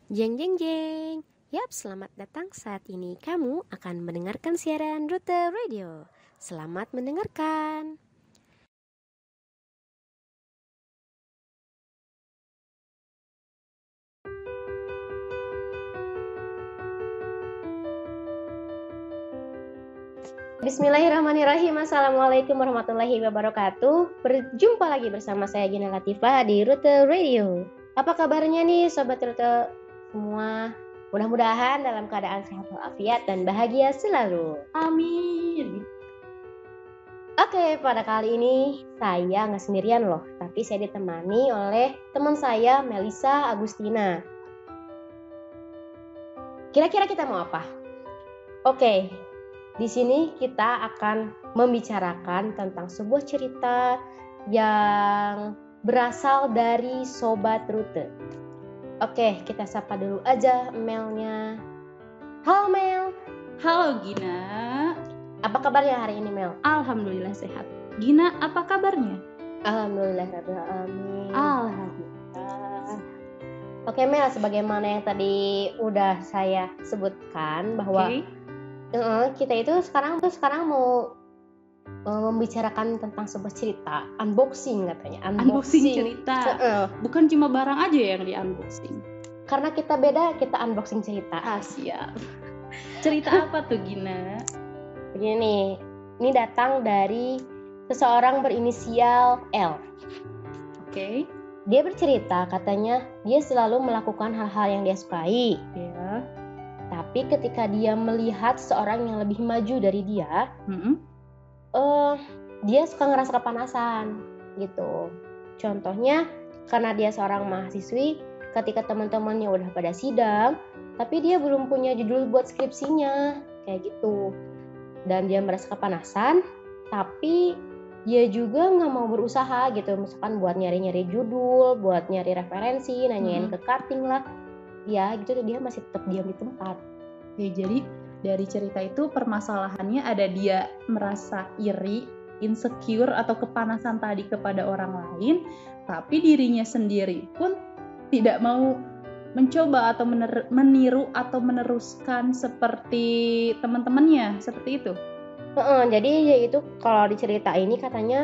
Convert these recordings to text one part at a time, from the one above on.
Jeng jeng jeng. Yap, selamat datang. Saat ini kamu akan mendengarkan siaran Rute Radio. Selamat mendengarkan. Bismillahirrahmanirrahim. Assalamualaikum warahmatullahi wabarakatuh. Berjumpa lagi bersama saya Gina Latifah di Rute Radio. Apa kabarnya nih Sobat Rute semua? Mudah-mudahan dalam keadaan sehat walafiat dan bahagia selalu. Amin. Oke, pada kali ini saya nggak sendirian loh, tapi saya ditemani oleh teman saya Melisa Agustina. Kira-kira kita mau apa? Oke, di sini kita akan membicarakan tentang sebuah cerita yang berasal dari Sobat Rute. Oke, kita sapa dulu aja Melnya. Halo Mel. Halo Gina. Apa kabarnya hari ini Mel? Alhamdulillah sehat. Gina, apa kabarnya? Alhamdulillahirrahmanirrahim. Alhamdulillah. Oke Mel, sebagaimana yang tadi udah saya sebutkan bahwa kita itu sekarang mau membicarakan tentang sebuah cerita, unboxing katanya. Unboxing cerita. Bukan cuma barang aja yang di unboxing. Karena kita beda, kita unboxing cerita. Siap. Cerita apa tuh Gina? Begini, ini datang dari seseorang berinisial L. Oke. Dia bercerita, katanya dia selalu melakukan hal-hal yang dia sukai. Ya. Tapi ketika dia melihat seorang yang lebih maju dari dia, dia suka ngerasa kepanasan gitu. Contohnya, karena dia seorang mahasiswi, ketika teman-temannya udah pada sidang, tapi dia belum punya judul buat skripsinya, kayak gitu. Dan dia merasa kepanasan, tapi dia juga nggak mau berusaha gitu, misalkan buat nyari-nyari judul, buat nyari referensi, nanyain ke cutting lah, ya gitu, dia masih tetap diam di tempat. Ya, jadi dari cerita itu permasalahannya ada dia merasa iri, insecure atau kepanasan tadi kepada orang lain, tapi dirinya sendiri pun tidak mau mencoba atau meniru atau meneruskan seperti teman-temannya, seperti itu. Jadi ya itu kalau di cerita ini katanya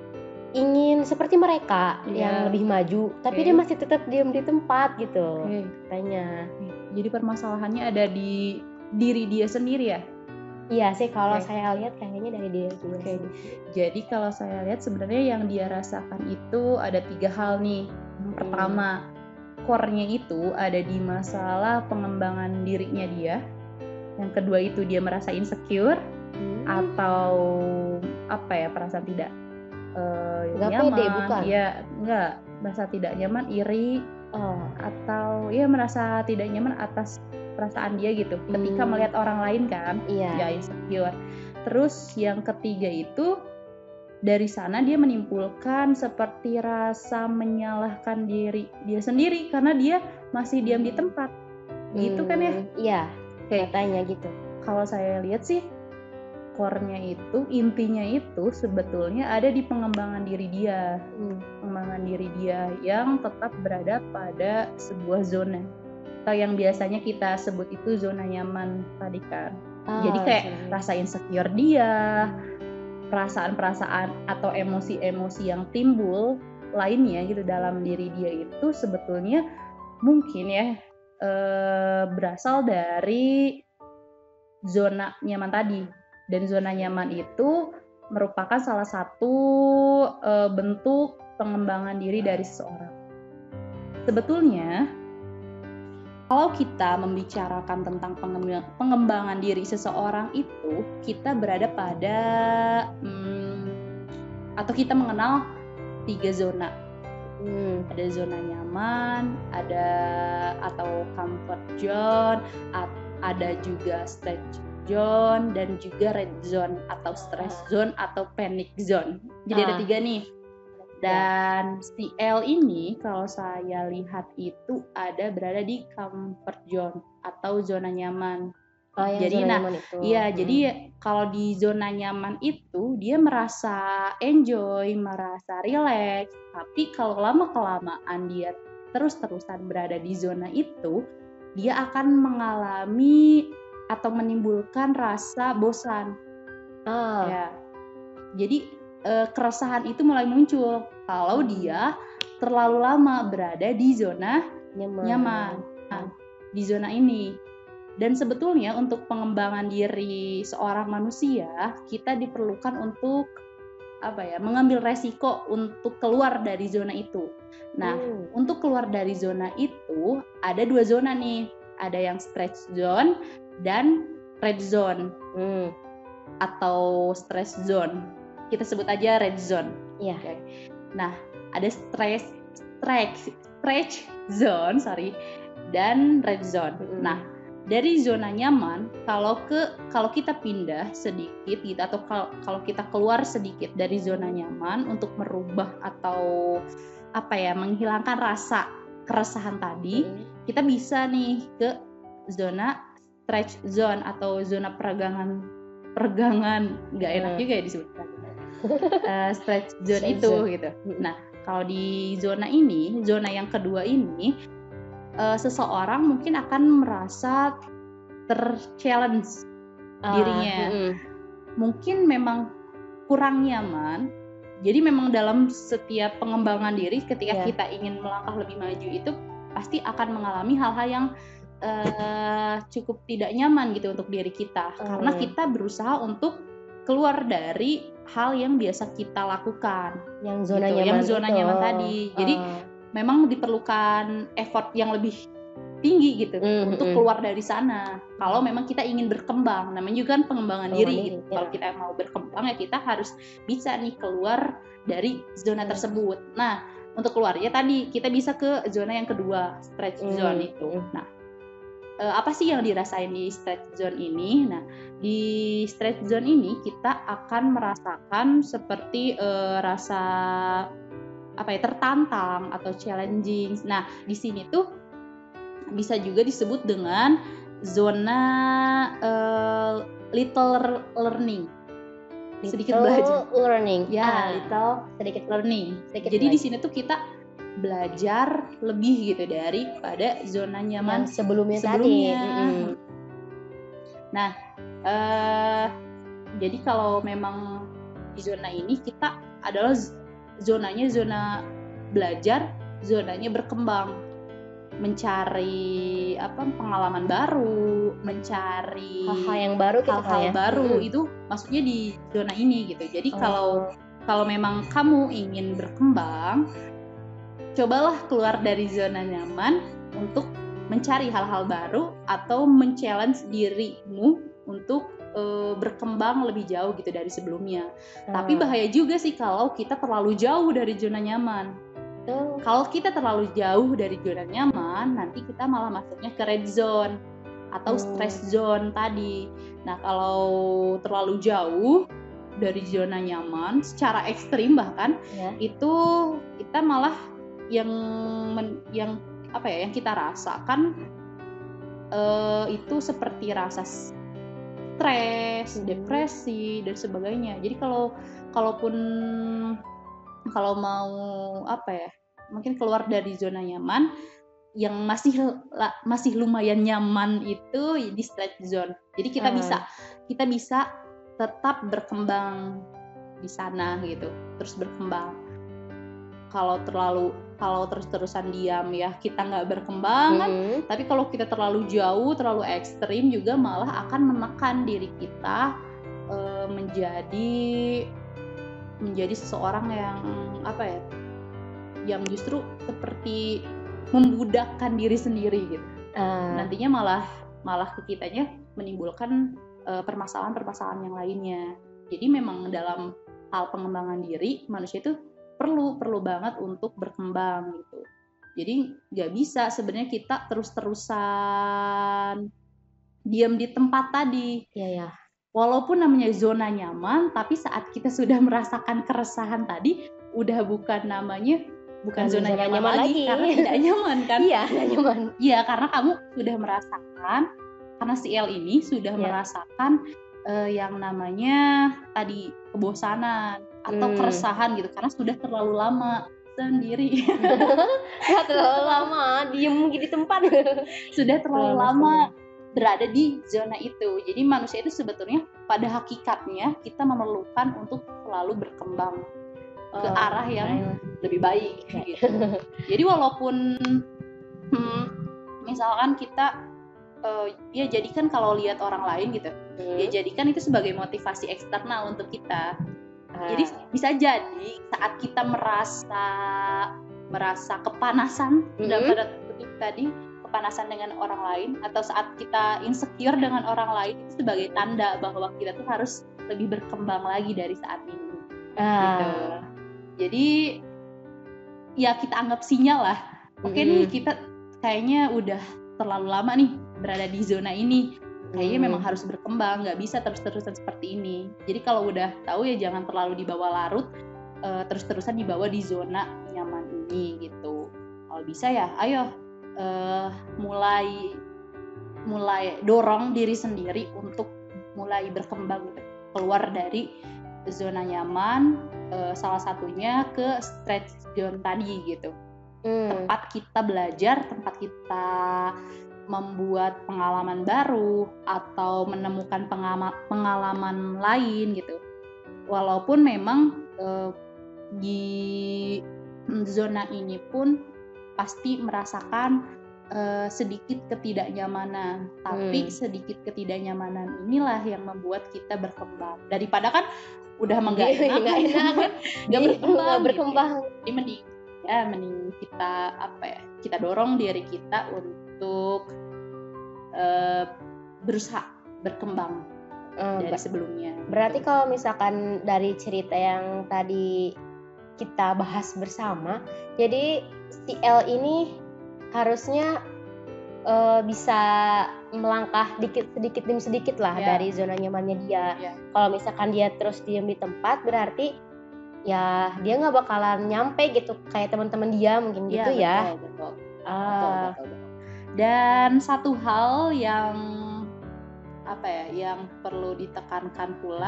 ingin seperti mereka yang lebih maju, tapi dia masih tetap diam di tempat gitu, katanya. Jadi permasalahannya ada di diri dia sendiri ya? Iya sih, kalau saya lihat kayaknya dari dia juga. Jadi kalau saya lihat sebenarnya yang dia rasakan itu ada 3 hal nih. Pertama, core-nya itu ada di masalah pengembangan dirinya dia. Yang kedua itu dia merasa insecure atau apa ya, perasaan tidak nyaman. Pede, bukan? Ya, enggak, merasa tidak nyaman, iri, atau ya merasa tidak nyaman atas perasaan dia gitu. Ketika melihat orang lain kan, ya insecure. Terus yang ketiga itu dari sana dia menimbulkan seperti rasa menyalahkan diri dia sendiri karena dia masih diam di tempat. Gitu kan ya? Iya, katanya gitu. Kalau saya lihat sih core-nya itu, intinya itu sebetulnya ada di pengembangan diri dia. Pengembangan diri dia yang tetap berada pada sebuah zona. Atau yang biasanya kita sebut itu zona nyaman tadi kan. Jadi kayak rasa insecure dia, perasaan-perasaan atau emosi-emosi yang timbul lainnya gitu dalam diri dia itu sebetulnya mungkin ya berasal dari zona nyaman tadi. Dan zona nyaman itu merupakan salah satu bentuk pengembangan diri dari seseorang. Sebetulnya kalau kita membicarakan tentang pengembangan diri seseorang itu, kita berada pada atau kita mengenal 3 zona. Ada zona nyaman, ada atau comfort zone, ada juga stretch zone, dan juga red zone atau stress zone atau panic zone. Jadi ada 3 nih. Dan si L ini kalau saya lihat itu berada di comfort zone atau zona nyaman. Jadi jadi kalau di zona nyaman itu dia merasa enjoy, merasa relax. Tapi kalau lama-kelamaan dia terus-terusan berada di zona itu, dia akan mengalami atau menimbulkan rasa bosan. Ya. Jadi keresahan itu mulai muncul kalau dia terlalu lama berada di zona nyaman. Nah, di zona ini. Dan sebetulnya untuk pengembangan diri seorang manusia, kita diperlukan untuk mengambil resiko untuk keluar dari zona itu. Nah, untuk keluar dari zona itu ada 2 zona nih. Ada yang stretch zone dan red zone. Atau stress zone. Kita sebut aja red zone. Iya. Okay. Nah, ada stretch zone, dan red zone. Nah, dari zona nyaman, kalau kita pindah sedikit gitu, atau kalau kita keluar sedikit dari zona nyaman untuk merubah atau menghilangkan rasa keresahan tadi, kita bisa nih ke zona stretch zone atau zona peregangan, nggak enak juga ya disebutkan. Stretch zone itu gitu. Nah, kalau di zona yang kedua ini, seseorang mungkin akan merasa ter-challenge dirinya. Mungkin memang kurang nyaman. Jadi memang dalam setiap pengembangan diri ketika kita ingin melangkah lebih maju itu pasti akan mengalami hal-hal yang cukup tidak nyaman gitu untuk diri kita. Karena kita berusaha untuk keluar dari hal yang biasa kita lakukan. Yang zona nyaman tadi. Jadi memang diperlukan effort yang lebih tinggi gitu untuk keluar dari sana. Kalau memang kita ingin berkembang, namanya juga kan pengembangan diri gitu. Kalau kita mau berkembang ya kita harus bisa nih keluar dari zona tersebut. Nah, untuk keluarnya tadi kita bisa ke zona yang kedua, stretch zone itu. Nah, apa sih yang dirasain di stretch zone ini? Nah, di stretch zone ini kita akan merasakan seperti rasa tertantang atau challenging. Nah, di sini tuh bisa juga disebut dengan zona little learning. Sedikit belajar. Learning. Sedikit learning. Jadi di sini tuh kita belajar lebih gitu daripada zona nyaman yang sebelumnya. Tadi. Nah, jadi kalau memang di zona ini kita adalah zonanya zona belajar, zonanya berkembang, mencari pengalaman baru, mencari hal-hal yang baru, itu maksudnya di zona ini gitu. Jadi kalau memang kamu ingin berkembang, cobalah keluar dari zona nyaman untuk mencari hal-hal baru atau men-challenge dirimu untuk berkembang lebih jauh gitu dari sebelumnya. Tapi bahaya juga sih kalau kita terlalu jauh dari zona nyaman. Kalau kita terlalu jauh dari zona nyaman, nanti kita malah masuknya ke red zone atau stress zone tadi. Nah, kalau terlalu jauh dari zona nyaman secara ekstrim bahkan, itu kita malah yang kita rasakan itu seperti rasa stres, depresi dan sebagainya. Jadi kalau mau mungkin keluar dari zona nyaman, yang masih lumayan nyaman itu di stretch zone. Jadi kita bisa tetap berkembang di sana gitu, terus berkembang. Kalau terus-terusan diam ya kita nggak berkembang kan. Tapi kalau kita terlalu jauh, terlalu ekstrim juga malah akan menekan diri kita menjadi seseorang yang yang justru seperti membudakkan diri sendiri gitu. Nantinya malah ke kitanya menimbulkan permasalahan-permasalahan yang lainnya. Jadi memang dalam hal pengembangan diri manusia itu perlu banget untuk berkembang gitu. Jadi nggak bisa sebenarnya kita terus-terusan diam di tempat tadi. Iya. Walaupun namanya zona nyaman, tapi saat kita sudah merasakan keresahan tadi, udah bukan zona nyaman lagi karena tidak nyaman kan? Iya, tidak nyaman. Iya, karena kamu sudah merasakan, karena si L ini sudah merasakan yang namanya tadi kebosanan atau keresahan gitu, karena sudah terlalu lama sendiri. Nggak terlalu lama diem di tempat. Sudah terlalu lama berada di zona itu. Jadi manusia itu sebetulnya pada hakikatnya kita memerlukan untuk selalu berkembang ke arah yang lebih baik gitu. Jadi walaupun misalkan kita ya jadikan kalau lihat orang lain gitu, ya jadikan itu sebagai motivasi eksternal untuk kita. Jadi bisa jadi saat kita merasa kepanasan dalam tanda kutip tadi, kepanasan dengan orang lain, atau saat kita insecure dengan orang lain, itu sebagai tanda bahwa kita tuh harus lebih berkembang lagi dari saat ini. Gitu. Jadi ya kita anggap sinyal lah. Oke nih, kita kayaknya udah terlalu lama nih berada di zona ini. Kayaknya memang harus berkembang, nggak bisa terus-terusan seperti ini. Jadi kalau udah tahu ya jangan terlalu dibawa larut, terus-terusan dibawa di zona nyaman ini gitu. Kalau bisa ya, ayo mulai dorong diri sendiri untuk mulai berkembang gitu. Keluar dari zona nyaman, salah satunya ke stretch zone tadi gitu. Tempat kita belajar, tempat kita membuat pengalaman baru atau menemukan pengalaman lain gitu. Walaupun memang di zona ini pun pasti merasakan sedikit ketidaknyamanan, tapi sedikit ketidaknyamanan inilah yang membuat kita berkembang. Daripada kan udah nggak enak, nggak berkembang. Jadi mending kita dorong diri kita untuk berusaha berkembang dari sebelumnya. Berarti kalau misalkan dari cerita yang tadi kita bahas bersama, jadi si L ini harusnya bisa melangkah sedikit demi sedikit lah dari zona nyamannya dia. Kalau misalkan dia terus diam di tempat, berarti ya dia nggak bakalan nyampe gitu kayak teman-teman dia mungkin gitu ya. Betul. Dan satu hal yang yang perlu ditekankan pula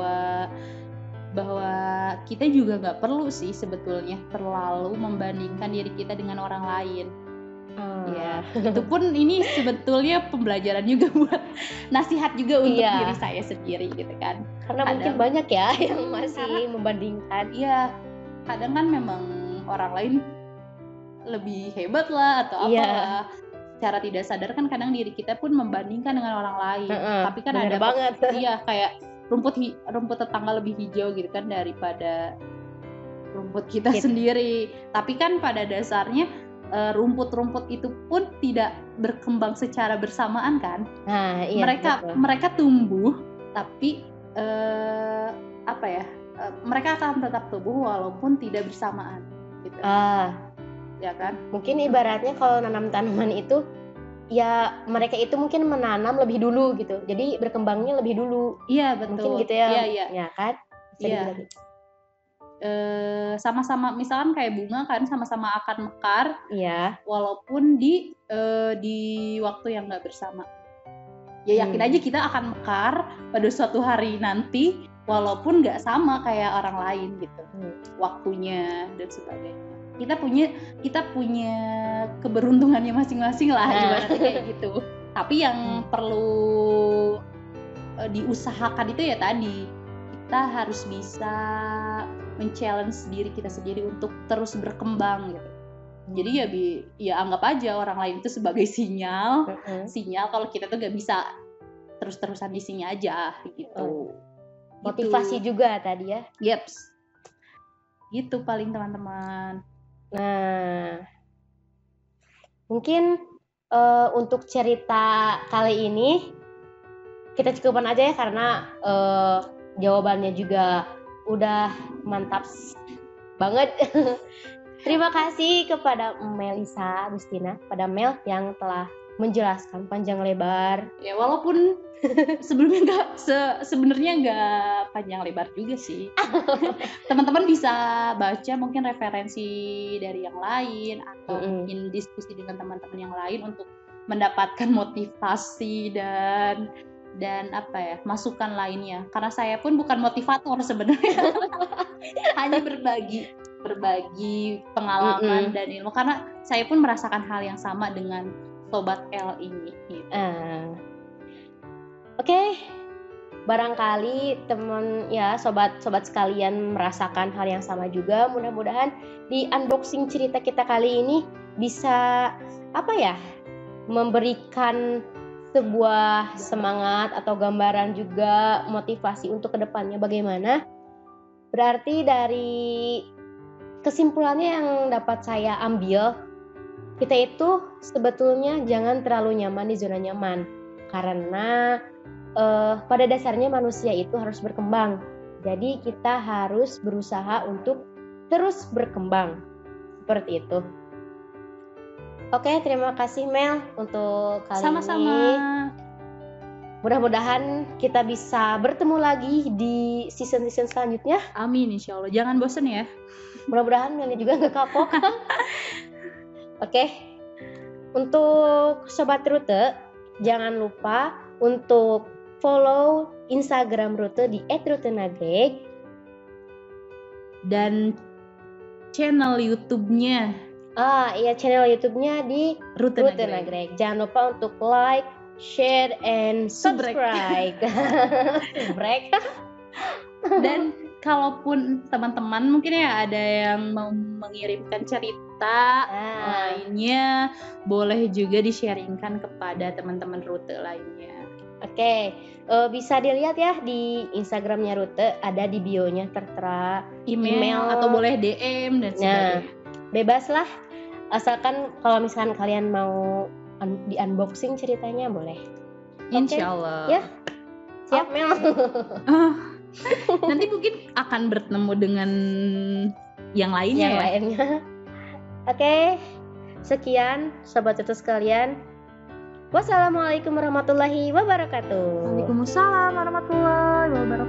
bahwa kita juga nggak perlu sih sebetulnya terlalu membandingkan diri kita dengan orang lain. Ya, itu pun ini sebetulnya pembelajaran juga buat nasihat juga untuk diri saya sendiri gitu kan. Karena mungkin banyak ya yang masih membandingkan. Iya, kadang kan memang orang lain lebih hebat lah atau apalah. Secara tidak sadar kan kadang diri kita pun membandingkan dengan orang lain. Tapi kan ada banget. Iya, kayak rumput tetangga lebih hijau gitu kan daripada rumput kita sendiri. Tapi kan pada dasarnya rumput-rumput itu pun tidak berkembang secara bersamaan kan. Mereka tumbuh tapi mereka akan tetap tumbuh walaupun tidak bersamaan gitu. Ya kan? Mungkin ibaratnya kalau nanam tanaman itu ya mereka itu mungkin menanam lebih dulu gitu. Jadi berkembangnya lebih dulu. Iya, betul. Mungkin gitu ya. Iya. Ya kan? Iya. Sama-sama misalkan kayak bunga kan sama-sama akan mekar. Iya. Walaupun di waktu yang enggak bersama. Ya yakin aja kita akan mekar pada suatu hari nanti walaupun enggak sama kayak orang lain gitu. Waktunya dan sebagainya. Kita punya keberuntungannya masing-masing lah ibaratnya kayak gitu. Tapi yang perlu diusahakan itu ya tadi kita harus bisa men-challenge diri kita sendiri untuk terus berkembang gitu. Jadi ya anggap aja orang lain itu sebagai sinyal kalau kita tuh gak bisa terus-terusan di sini aja gitu. Motivasi gitu. Juga tadi ya. Yeps. Gitu paling teman-teman. Nah, mungkin untuk cerita kali ini kita cukupkan aja ya karena jawabannya juga udah mantap banget. Terima kasih kepada Melisa Agustina, pada Mel yang telah menjelaskan panjang lebar. Ya walaupun sebelumnya sebenarnya nggak panjang lebar juga sih. Teman-teman bisa baca mungkin referensi dari yang lain atau mungkin diskusi dengan teman-teman yang lain untuk mendapatkan motivasi dan masukan lainnya. Karena saya pun bukan motivator sebenarnya, hanya berbagi berbagi pengalaman dan ilmu, karena saya pun merasakan hal yang sama dengan Sobat L ini gitu. Oke. Barangkali teman ya sobat sekalian merasakan hal yang sama juga. Mudah-mudahan di unboxing cerita kita kali ini bisa memberikan sebuah semangat atau gambaran juga motivasi untuk kedepannya bagaimana. Berarti dari kesimpulannya yang dapat saya ambil, kita itu sebetulnya jangan terlalu nyaman di zona nyaman, karena pada dasarnya manusia itu harus berkembang. Jadi kita harus berusaha untuk terus berkembang. Seperti itu. Oke, terima kasih Mel untuk kali Sama-sama. ini. Mudah-mudahan kita bisa bertemu lagi di season-season selanjutnya. Amin, insya Allah. Jangan bosan ya. Mudah-mudahan Melly juga gak kapok. Oke. Untuk Sobat Rute, jangan lupa untuk follow Instagram Rute di @rutenagrek dan channel YouTube-nya. Channel YouTube-nya di Rute Nagrek. Jangan lupa untuk like, share, and subscribe. Subrek. Dan kalaupun teman-teman mungkin ya ada yang mau mengirimkan cerita lainnya, boleh juga di-sharingkan kepada teman-teman Rute lainnya. Oke, bisa dilihat ya di Instagramnya Rute, ada di bio-nya tertera email atau boleh DM dan sebagainya. Bebas lah, asalkan kalau misalkan kalian mau di unboxing ceritanya boleh. Insya Allah. Ya, siap Mel. Nanti mungkin akan bertemu dengan yang lainnya. Oke, sekian Sobat Rute sekalian. Wassalamualaikum warahmatullahi wabarakatuh. Waalaikumsalam warahmatullahi wabarakatuh.